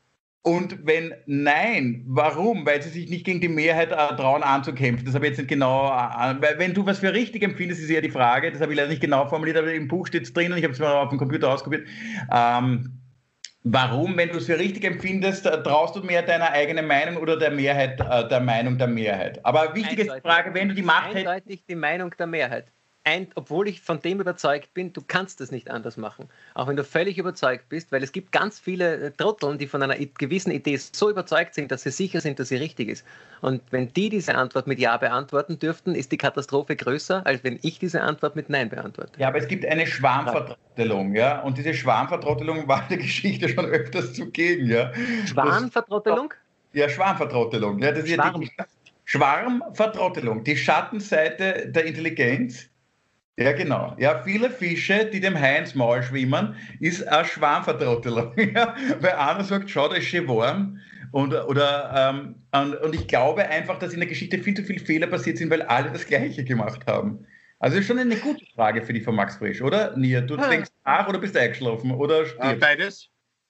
Und wenn nein, warum? Weil sie sich nicht gegen die Mehrheit äh, trauen anzukämpfen. Das habe ich jetzt nicht genau... Äh, weil wenn du was für richtig empfindest, ist ja die Frage, das habe ich leider nicht genau formuliert, aber im Buch steht es drin und ich habe es mal auf dem Computer ausprobiert. Ähm, warum, wenn du es für richtig empfindest, äh, traust du mehr deiner eigenen Meinung oder der Mehrheit, äh, der Meinung der Mehrheit? Aber wichtig ist die Frage, wenn du die Macht hättest... Eindeutig die Meinung der Mehrheit. Ein, obwohl ich von dem überzeugt bin, du kannst das nicht anders machen. Auch wenn du völlig überzeugt bist, weil es gibt ganz viele Trotteln, die von einer gewissen Idee so überzeugt sind, dass sie sicher sind, dass sie richtig ist. Und wenn die diese Antwort mit Ja beantworten dürften, ist die Katastrophe größer, als wenn ich diese Antwort mit Nein beantworte. Ja, aber es gibt eine Schwarmvertrottelung, ja, und diese Schwarmvertrottelung war der Geschichte schon öfters zugegen, ja. Schwarmvertrottelung? Ja, Schwarmvertrottelung. Ja, das ist Schwarm. ja die Schwarmvertrottelung, die Schattenseite der Intelligenz. Ja, genau. Ja, viele Fische, die dem Hai ins Maul schwimmen, ist eine Schwarmvertrottelung. Ja? Weil einer sagt, schau, da ist schon warm. Und, oder, ähm, und, und ich glaube einfach, dass in der Geschichte viel zu viele Fehler passiert sind, weil alle das Gleiche gemacht haben. Also ist schon eine gute Frage für die von Max Frisch, oder? Nia, du ja. denkst nach oder bist du eingeschlafen? Oder äh, beides.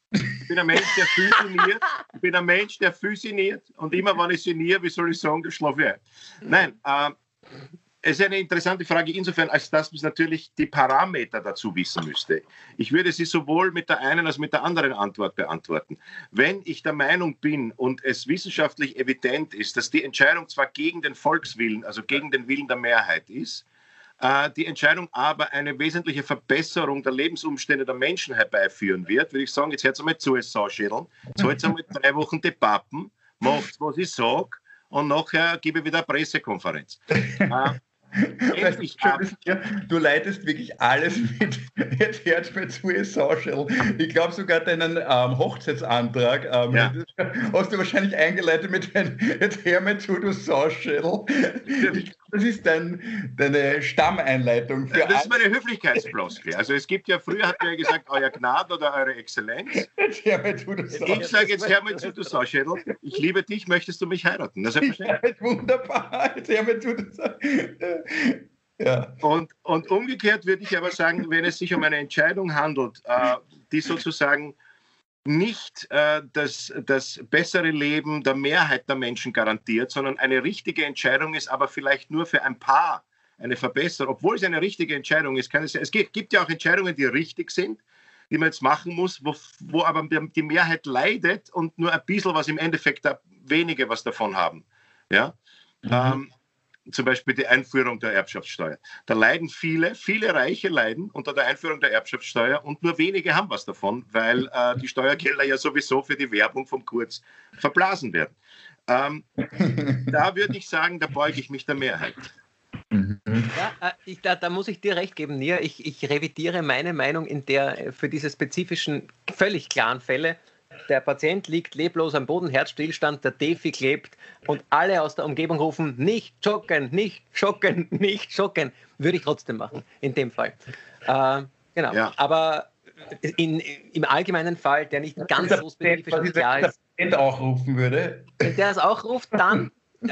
Ich bin ein Mensch, der viel sinniert. Ich bin ein Mensch, der viel sinniert. Und immer, wenn ich sinniere, wie soll ich sagen, das schlafe ich ein. Nein, äh, es ist eine interessante Frage insofern, als dass man natürlich die Parameter dazu wissen müsste. Ich würde sie sowohl mit der einen als mit der anderen Antwort beantworten. Wenn ich der Meinung bin und es wissenschaftlich evident ist, dass die Entscheidung zwar gegen den Volkswillen, also gegen den Willen der Mehrheit ist, äh, die Entscheidung aber eine wesentliche Verbesserung der Lebensumstände der Menschen herbeiführen wird, würde ich sagen, jetzt hört einmal zu, es Sauschädeln, jetzt halt's einmal drei Wochen Debatten, macht, was ich sage, und nachher gebe ich wieder eine Pressekonferenz. äh, Weißt du, du leitest wirklich alles mit. Jetzt hört mir zu, ihr Sauschädel. Ich glaube sogar deinen ähm, Hochzeitsantrag ähm, ja. hast du wahrscheinlich eingeleitet mit deinem Jetzt hör mir zu, du Sauschädel. Das ist dein, deine Stammeinleitung für Das alles. ist meine Höflichkeitsfloskel. Also es gibt ja, früher hat man ja gesagt, Euer Gnade oder Eure Exzellenz. Jetzt hör mir zu, du Sauschädel. Ich sage, jetzt hör mir zu, du Sauschädel. Ich liebe dich, möchtest du mich heiraten? Das ist ja, wunderbar. Jetzt hör mir zu, du Sauschädel. Ja. Und, und umgekehrt würde ich aber sagen, wenn es sich um eine Entscheidung handelt, äh, die sozusagen nicht äh, das, das bessere Leben der Mehrheit der Menschen garantiert, sondern eine richtige Entscheidung ist, aber vielleicht nur für ein paar eine Verbesserung, obwohl es eine richtige Entscheidung ist. Kann es, es gibt ja auch Entscheidungen, die richtig sind, die man jetzt machen muss, wo, wo aber die Mehrheit leidet und nur ein bisschen was im Endeffekt da wenige was davon haben. Ja? Mhm. Ähm, zum Beispiel die Einführung der Erbschaftssteuer. Da leiden viele, viele Reiche leiden unter der Einführung der Erbschaftssteuer und nur wenige haben was davon, weil äh, die Steuergelder ja sowieso für die Werbung vom Kurz verblasen werden. Ähm, da würde ich sagen, da beuge ich mich der Mehrheit. Ja, ich, da, da muss ich dir recht geben, Nia. Ich, ich revidiere meine Meinung in der für diese spezifischen, völlig klaren Fälle. Der Patient liegt leblos am Boden, Herzstillstand, der Defi klebt und alle aus der Umgebung rufen, nicht schocken, nicht schocken, nicht schocken. Würde ich trotzdem machen, in dem Fall. Äh, genau, ja. Aber in, im allgemeinen Fall, der nicht ganz so spezifisch ist, klar ist. Wenn der Patient auch rufen würde. Wenn der es auch ruft, dann...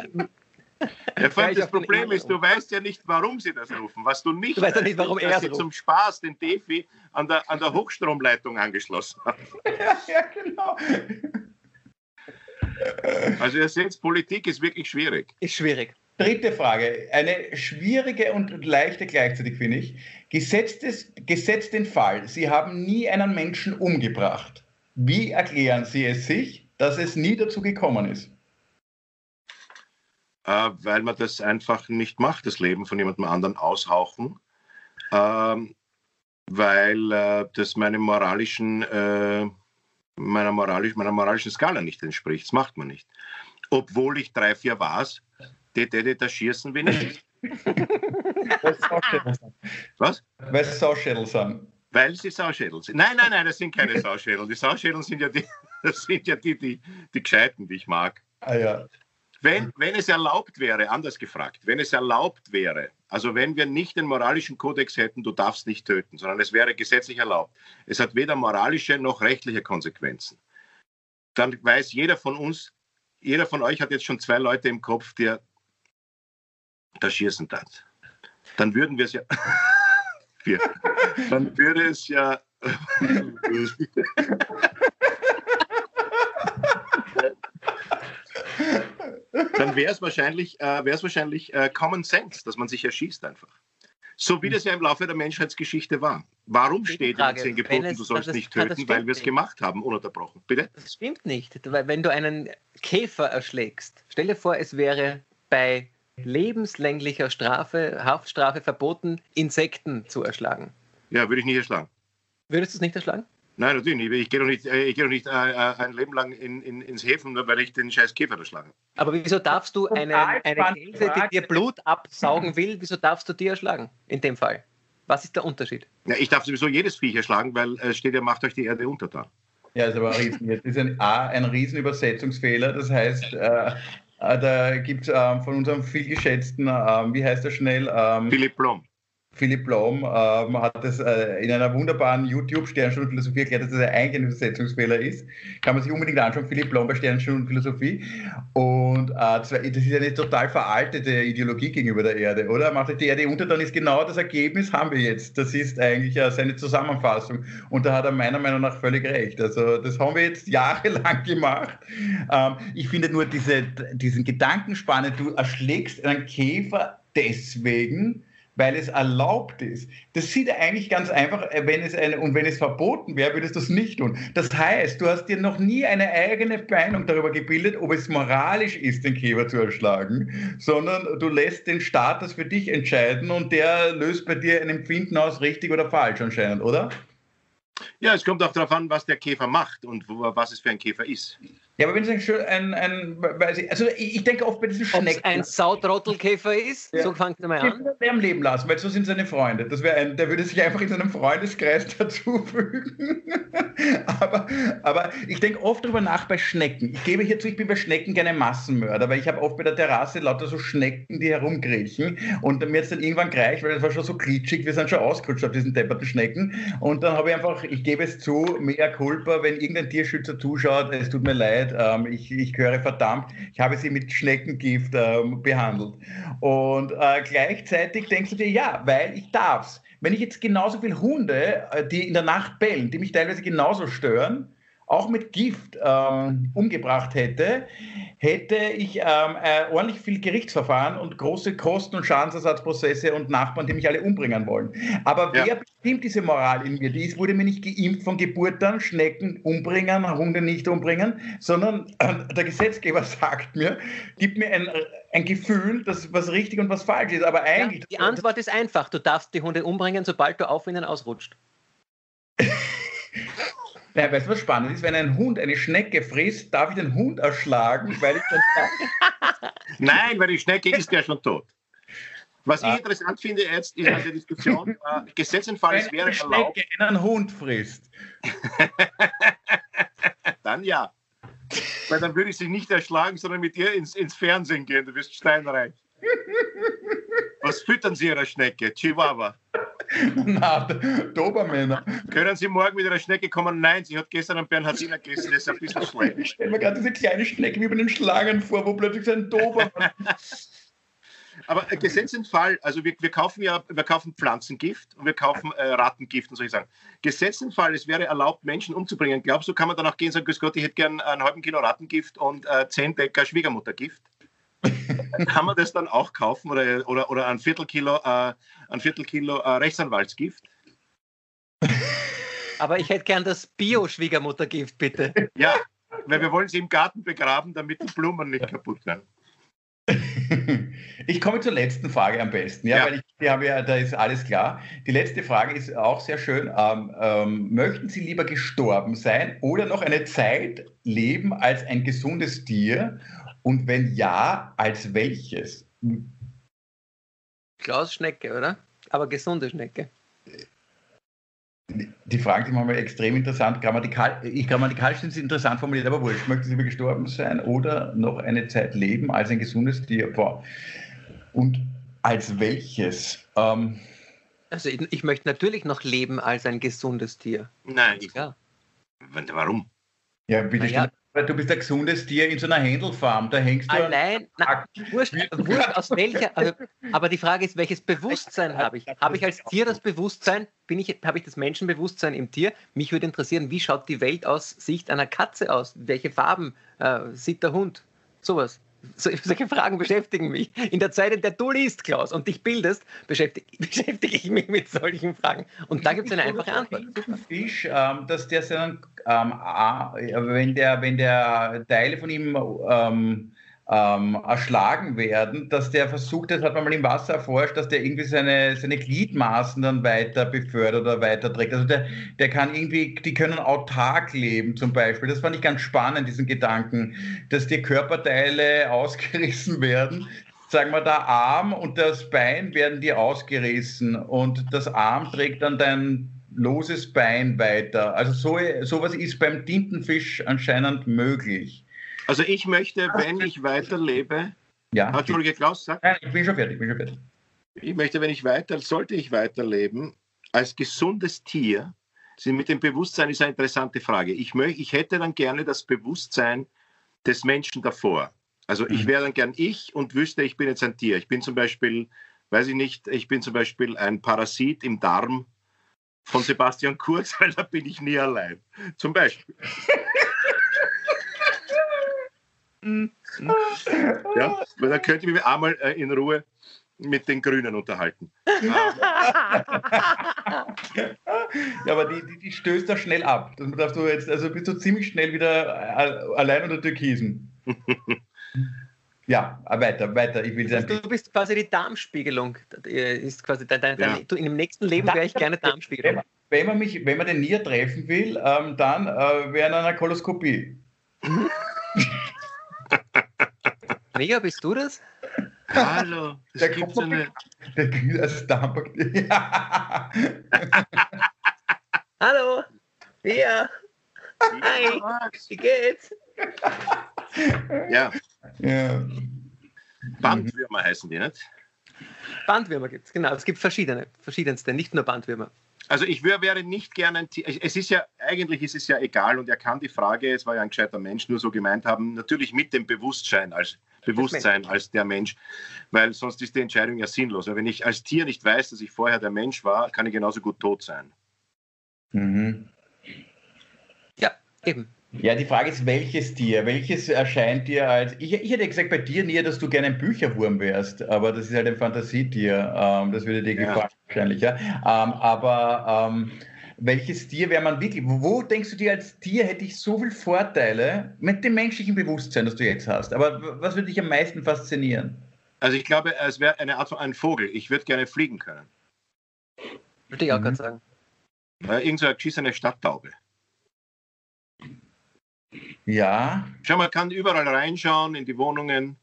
Ja, vor das Problem ist, du weißt ja nicht, warum sie das rufen. Was du nicht du weißt ja nicht, warum ist, er dass es sie ruft. Zum Spaß den Defi an der, an der Hochstromleitung angeschlossen haben. Ja, ja, genau. Also ihr seht, Politik ist wirklich schwierig. Ist schwierig. Dritte Frage, eine schwierige und leichte gleichzeitig, finde ich. Gesetztes, gesetzt den Fall, Sie haben nie einen Menschen umgebracht. Wie erklären Sie es sich, dass es nie dazu gekommen ist? Äh, weil man das einfach nicht macht, das Leben von jemandem anderen aushauchen, ähm, weil äh, das meinem moralischen, äh, meiner, moralisch, meiner moralischen Skala nicht entspricht. Das macht man nicht. Obwohl ich drei, vier war's, die, die, die da schießen will nicht. Was? Weil es Sauschädel sind. Weil sie Sauschädel sind. Nein, nein, nein, das sind keine Sauschädel. Die Sauschädel sind ja die, das sind ja die, die, die Gescheiten, die ich mag. Ah ja. Wenn, wenn es erlaubt wäre, anders gefragt, wenn es erlaubt wäre, also wenn wir nicht den moralischen Kodex hätten, du darfst nicht töten, sondern es wäre gesetzlich erlaubt, es hat weder moralische noch rechtliche Konsequenzen, dann weiß jeder von uns, jeder von euch hat jetzt schon zwei Leute im Kopf, die da schießen hat. Dann würden wir es ja, wir, dann würde es ja, dann wäre es wahrscheinlich, äh, wär's wahrscheinlich äh, Common Sense, dass man sich erschießt einfach. So wie das ja im Laufe der Menschheitsgeschichte war. Warum steht in den zehn Geboten, es, du sollst das, nicht töten, weil wir es gemacht haben, ununterbrochen? Bitte? Das stimmt nicht, weil wenn du einen Käfer erschlägst, stell dir vor, es wäre bei lebenslänglicher Strafe, Haftstrafe verboten, Insekten zu erschlagen. Ja, würde ich nicht erschlagen. Würdest du es nicht erschlagen? Nein, natürlich nicht. Ich gehe doch nicht, ich geh doch nicht äh, ein Leben lang in, in, ins Häfen, nur weil ich den scheiß Käfer erschlage. Aber wieso darfst du eine, eine Käse, die dir Blut absaugen will, wieso darfst du die erschlagen in dem Fall? Was ist der Unterschied? Ja, ich darf sowieso jedes Viech erschlagen, weil es steht ja, macht euch die Erde untertan. Ja, ist aber ein Riesen. Das ist ein, A, ein Riesenübersetzungsfehler. Das heißt, äh, da gibt es äh, von unserem vielgeschätzten, äh, wie heißt er schnell? Ähm, Philipp Blom. Philipp Blom ähm, hat das äh, in einer wunderbaren YouTube-Sternstundenphilosophie erklärt, dass das ein eigener Übersetzungsfehler ist. Kann man sich unbedingt anschauen, Philipp Blom bei Sternstundenphilosophie. Und äh, das ist eine total veraltete Ideologie gegenüber der Erde, oder? Macht euch die Erde unter, dann ist genau das Ergebnis, haben wir jetzt. Das ist eigentlich äh, seine Zusammenfassung. Und da hat er meiner Meinung nach völlig recht. Also das haben wir jetzt jahrelang gemacht. Ähm, ich finde nur diese, diesen Gedankenspanne, du erschlägst einen Käfer deswegen, weil es erlaubt ist. Das sieht er eigentlich ganz einfach, wenn es eine, und wenn es verboten wäre, würdest du es nicht tun. Das heißt, du hast dir noch nie eine eigene Meinung darüber gebildet, ob es moralisch ist, den Käfer zu erschlagen, sondern du lässt den Staat das für dich entscheiden und der löst bei dir ein Empfinden aus, richtig oder falsch anscheinend, oder? Ja, es kommt auch darauf an, was der Käfer macht und was es für ein Käfer ist. Ja, aber wenn es ein, ein, ein weiß ich, also ich, ich denke oft bei diesen Schnecken. Ob es ein Sautrottelkäfer ist, ja. So fängt er mal an. Den würde er am Leben lassen, weil so sind seine Freunde. Das ein, der würde sich einfach in seinem Freundeskreis dazufügen. aber, aber ich denke oft darüber nach bei Schnecken. Ich gebe hierzu, ich bin bei Schnecken gerne Massenmörder, weil ich habe oft bei der Terrasse lauter so Schnecken, die herumkriechen und mir jetzt dann irgendwann gereicht, weil das war schon so glitschig, wir sind schon ausgerutscht auf diesen depperten Schnecken und dann habe ich einfach, ich gebe es zu, mea culpa, wenn irgendein Tierschützer zuschaut, es tut mir leid, ähm, ich, ich höre verdammt, ich habe sie mit Schneckengift ähm, behandelt. Und äh, gleichzeitig denkst du dir, ja, weil ich darf's. Wenn ich jetzt genauso viele Hunde, die in der Nacht bellen, die mich teilweise genauso stören, auch mit Gift ähm, umgebracht hätte, hätte ich ähm, äh, ordentlich viel Gerichtsverfahren und große Kosten- und Schadensersatzprozesse und Nachbarn, die mich alle umbringen wollen. Aber wer ja. bestimmt diese Moral in mir? Die ist, wurde mir nicht geimpft von Geburt an, Schnecken umbringen, Hunde nicht umbringen, sondern äh, der Gesetzgeber sagt mir, gibt mir ein, ein Gefühl, dass was richtig und was falsch ist. Aber eigentlich... Ja, die Antwort ist einfach, du darfst die Hunde umbringen, sobald du auf ihnen ausrutscht. Ja, weißt du, was spannend ist? Wenn ein Hund eine Schnecke frisst, darf ich den Hund erschlagen, weil ich dann... Nein, weil die Schnecke ist ja schon tot. Was ah. ich interessant finde jetzt in der Diskussion, äh, Gesetzentfall, es wäre erlaubt... Wenn eine Schnecke einen Hund frisst. Dann ja. Weil dann würde ich sie nicht erschlagen, sondern mit ihr ins, ins Fernsehen gehen. Du wirst steinreich. Was füttern Sie Ihrer Schnecke? Chihuahua. Na, Dobermänner. Können Sie morgen mit Ihrer Schnecke kommen? Nein, sie hat gestern einen Bernhardiner gegessen, das ist ein bisschen schlecht. Ich stelle mir gerade diese kleine Schnecke wie bei den Schlangen vor, wo plötzlich so ein Dobermann... Aber äh, Gesetzentfall, also wir, wir kaufen ja, wir kaufen Pflanzengift und wir kaufen äh, Rattengift und solche Sachen. Gesetzentfall, es wäre erlaubt, Menschen umzubringen. Glaubst du, kann man dann auch gehen und sagen, Grüß Gott, ich hätte gern einen halben Kilo Rattengift und äh, zehn Decker Schwiegermuttergift? Kann man das dann auch kaufen oder, oder, oder ein Viertelkilo, äh, ein Viertelkilo äh, Rechtsanwaltsgift? Aber ich hätte gern das Bio-Schwiegermuttergift, bitte. Ja, weil wir wollen sie im Garten begraben, damit die Blumen nicht kaputt werden. Ich komme zur letzten Frage am besten, ja, ja. weil ich, die haben ja, da ist alles klar. Die letzte Frage ist auch sehr schön. Ähm, ähm, möchten Sie lieber gestorben sein oder noch eine Zeit leben als ein gesundes Tier? Und wenn ja, als welches? Klaus Schnecke, oder? Aber gesunde Schnecke. Die Fragen sind manchmal extrem interessant. Grammatikal, ich, grammatikal sind sie interessant formuliert, aber wurscht. Möchten Sie lieber gestorben sein oder noch eine Zeit leben als ein gesundes Tier? Boah. Und als welches? Ähm, also ich, ich möchte natürlich noch leben als ein gesundes Tier. Nein. Ja. Warum? Ja, bitte ja. Weil du bist ein gesundes Tier in so einer Händelfarm, da hängst du... Allein, na, wurscht, wurscht aus welcher, also, aber die Frage ist, welches Bewusstsein habe ich? Habe ich als Tier das Bewusstsein, bin ich, habe ich das Menschenbewusstsein im Tier? Mich würde interessieren, wie schaut die Welt aus Sicht einer Katze aus? Welche Farben äh, sieht der Hund? Sowas. So, solche Fragen beschäftigen mich. In der Zeit, in der du liest, Klaus, und dich bildest, beschäftige, beschäftige ich mich mit solchen Fragen. Und da gibt es eine einfache Antwort. Ein Fisch, ähm, dass der seinen, ähm, wenn, der, wenn der Teile von ihm ähm, ähm, erschlagen werden, dass der versucht, das hat man mal im Wasser erforscht, dass der irgendwie seine, seine Gliedmaßen dann weiter befördert oder weiterträgt. Also der, der kann irgendwie, die können autark leben zum Beispiel. Das fand ich ganz spannend, diesen Gedanken, dass die Körperteile ausgerissen werden. Sagen wir, der Arm und das Bein werden die ausgerissen und das Arm trägt dann dein loses Bein weiter. Also so, sowas ist beim Tintenfisch anscheinend möglich. Also ich möchte, wenn ich weiterlebe... Ja. Entschuldige, Klaus, sag. Nein, ich bin schon fertig, ich bin schon fertig. Ich möchte, wenn ich weiter, sollte ich weiterleben, als gesundes Tier, mit dem Bewusstsein ist eine interessante Frage. Ich, möchte, ich hätte dann gerne das Bewusstsein des Menschen davor. Also ich wäre dann gern ich und wüsste, ich bin jetzt ein Tier. Ich bin zum Beispiel, weiß ich nicht, ich bin zum Beispiel ein Parasit im Darm von Sebastian Kurz, weil da bin ich nie allein. Zum Beispiel. Ja, weil da könnte ich mich einmal äh, in Ruhe mit den Grünen unterhalten. Ja, aber die, die, die stößt da schnell ab. Das darfst du jetzt, also bist du ziemlich schnell wieder allein unter Türkisen. Ja, weiter, weiter. Ich will das heißt, du bist quasi die Darmspiegelung. Ist quasi dein, dein, ja. dein, in dem nächsten Leben wäre ich gerne Darmspiegelung. Wenn, wenn, man mich, wenn man den Nier treffen will, ähm, dann äh, wäre eine Koloskopie. Mega, bist du das? Hallo, das gibt so eine... Der Kühl als Darmbakterien. Hallo, ja. Hi, wie geht's? Ja. Ja. Bandwürmer heißen die, nicht? Bandwürmer gibt es, genau. Es gibt verschiedene, verschiedenste, nicht nur Bandwürmer. Also ich wär, wäre nicht gerne ein Tier. Es ist ja, eigentlich ist es ja egal und er kann die Frage, es war ja ein gescheiter Mensch, nur so gemeint haben, natürlich mit dem Bewusstsein als Bewusstsein als der Mensch, weil sonst ist die Entscheidung ja sinnlos. Weil wenn ich als Tier nicht weiß, dass ich vorher der Mensch war, kann ich genauso gut tot sein. Mhm. Ja, eben. Ja, die Frage ist, welches Tier? Welches erscheint dir als... Ich, ich hätte gesagt bei dir näher, dass du gerne ein Bücherwurm wärst, aber das ist halt ein Fantasietier. Ähm, das würde dir ja. gefallen wahrscheinlich. Ja? Ähm, aber ähm, welches Tier wäre man wirklich... Wo denkst du dir, als Tier hätte ich so viele Vorteile mit dem menschlichen Bewusstsein, das du jetzt hast? Aber was würde dich am meisten faszinieren? Also ich glaube, es wäre eine Art von ein Vogel. Ich würde gerne fliegen können. Würde ich auch Mhm. gerade sagen. Äh, irgend so eine geschissene Stadttaube. Ja. Schau, man kann überall reinschauen in die Wohnungen.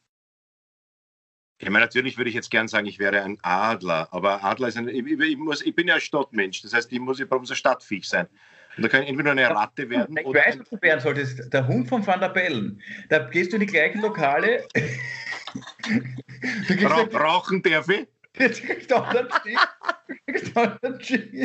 Ich meine, natürlich würde ich jetzt gern sagen, ich wäre ein Adler, aber Adler ist ein, ich, ich, muss, ich bin ja ein Stadtmensch, das heißt, ich muss, ich brauche so ein Stadtviech sein. Und da kann ich entweder eine Ratte werden Ich oder... weiß, was du werden solltest. Der Hund von Van der Bellen. Da gehst du in die gleichen Lokale. Du Ra rauchen darf ich? Jetzt kriegst du auch einen G. Du kriegst auch einen G.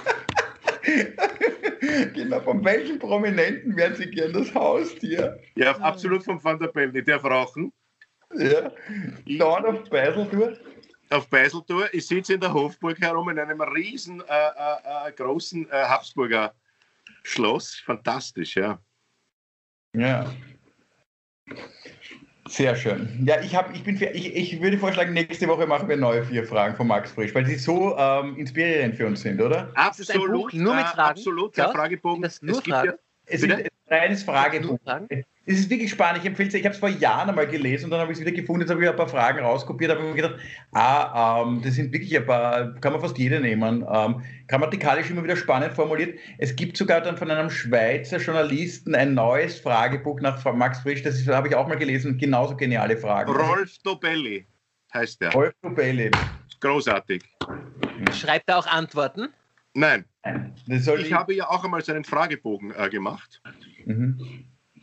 Genau, von welchen Prominenten wären Sie gern das Haustier? Ja, absolut von Van der Bellen. Ich darf rauchen. Ja. Dann auf Beiseltour. Auf Beiseltour. Ich sitze in der Hofburg herum in einem riesen, äh, äh, großen äh, Habsburger Schloss. Fantastisch, ja. Ja. Sehr schön. Ja, ich, hab, ich, bin für, ich, ich würde vorschlagen, nächste Woche machen wir neue vier Fragen von Max Frisch, weil sie so ähm, inspirierend für uns sind, oder? Absolut. Nur mit Fragen? Äh, absolut, der ja? Fragebogen. Das nur es gibt Fragen? ja, Es ist ein reines Fragebogen. Es ist wirklich spannend. Ich empfehle es, ich habe es vor Jahren einmal gelesen und dann habe ich es wieder gefunden, jetzt habe ich ein paar Fragen rauskopiert, habe mir gedacht, ah, ähm, das sind wirklich ein paar, kann man fast jede nehmen. Ähm, grammatikalisch immer wieder spannend formuliert. Es gibt sogar dann von einem Schweizer Journalisten ein neues Fragebuch nach Max Frisch, das habe ich auch mal gelesen, genauso geniale Fragen. Rolf Dobelli heißt der. Rolf Dobelli. Großartig. Schreibt er auch Antworten? Nein. Das soll ich, ich habe ja auch einmal so einen Fragebogen äh, gemacht. Mhm.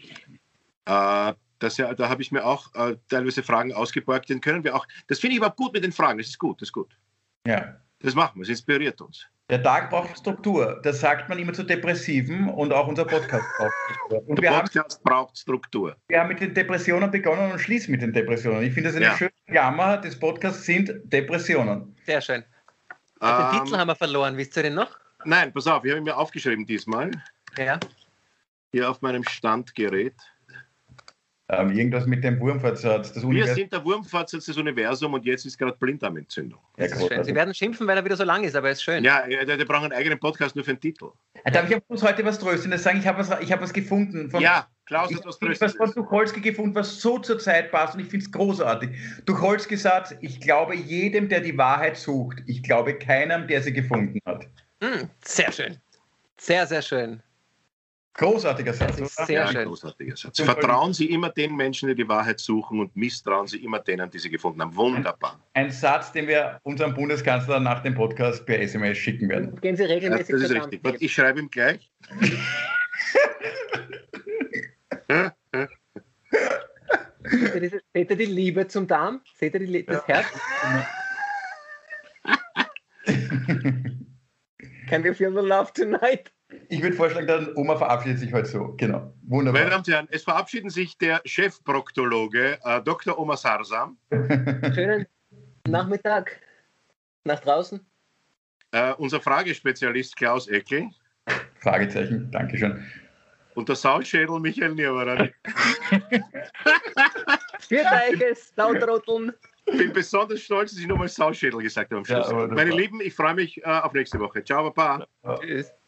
Äh, das ja, da habe ich mir auch äh, teilweise Fragen ausgeborgt, den können wir auch. Das finde ich aber gut mit den Fragen, das ist gut, das ist gut. Ja. Das machen wir, es inspiriert uns. Der Tag braucht Struktur. Das sagt man immer zu Depressiven und auch unser Podcast braucht Struktur. Und Der wir Podcast haben, braucht Struktur. Wir haben mit den Depressionen begonnen und schließen mit den Depressionen. Ich finde das eine ja. schöne Klammer des Podcasts sind Depressionen. Sehr schön. Ähm, den Titel haben wir verloren, wisst ihr den noch? Nein, pass auf, ich habe ihn mir aufgeschrieben diesmal. Ja. Hier auf meinem Standgerät. Ähm, irgendwas mit dem Wurmfortsatz. Wir sind der Wurmfortsatz des Universums und jetzt ist gerade Blinddarmentzündung. Ja, das ist schön. Sie werden schimpfen, weil er wieder so lang ist, aber er ist schön. Ja, die, die brauchen einen eigenen Podcast nur für den Titel. Darf ich am Schluss heute was Tröstendes sagen? Ich habe was, hab was gefunden. Von, ja, Klaus hat ich was Tröstendes. Ich habe was von Tucholsky gefunden, was so zur Zeit passt und ich finde es großartig. Tucholsky sagt, ich glaube jedem, der die Wahrheit sucht. Ich glaube keinem, der sie gefunden hat. Mm, sehr schön. Sehr, sehr schön. Großartiger Satz. Sehr ja, schön. Großartiger Satz. Vertrauen Sie immer den Menschen, die die Wahrheit suchen und misstrauen Sie immer denen, die sie gefunden haben. Wunderbar. Ein Satz, den wir unserem Bundeskanzler nach dem Podcast per S M S schicken werden. Gehen Sie regelmäßig ja, das ist richtig. Warte, ich schreibe ihm gleich. Seht ihr die Liebe zum Darm? Seht ihr die, das Herz? Can we feel the love tonight? Ich würde vorschlagen, dann Oma verabschiedet sich heute so. Genau. Wunderbar. Meine Damen und Herren, es verabschieden sich der Chefproktologe äh, Doktor Omar Sarsam. Schönen Nachmittag nach draußen. Äh, unser Fragespezialist Klaus Eckel. Fragezeichen, Dankeschön. Und der Saulschädel Michael Nierwaran. Vierteiges, Lautrotteln. Ich bin besonders stolz, dass ich nochmal Saulschädel gesagt habe am Schluss. Ja, Meine Lieben, ich freue mich äh, auf nächste Woche. Ciao, Baba. Ja. Tschüss.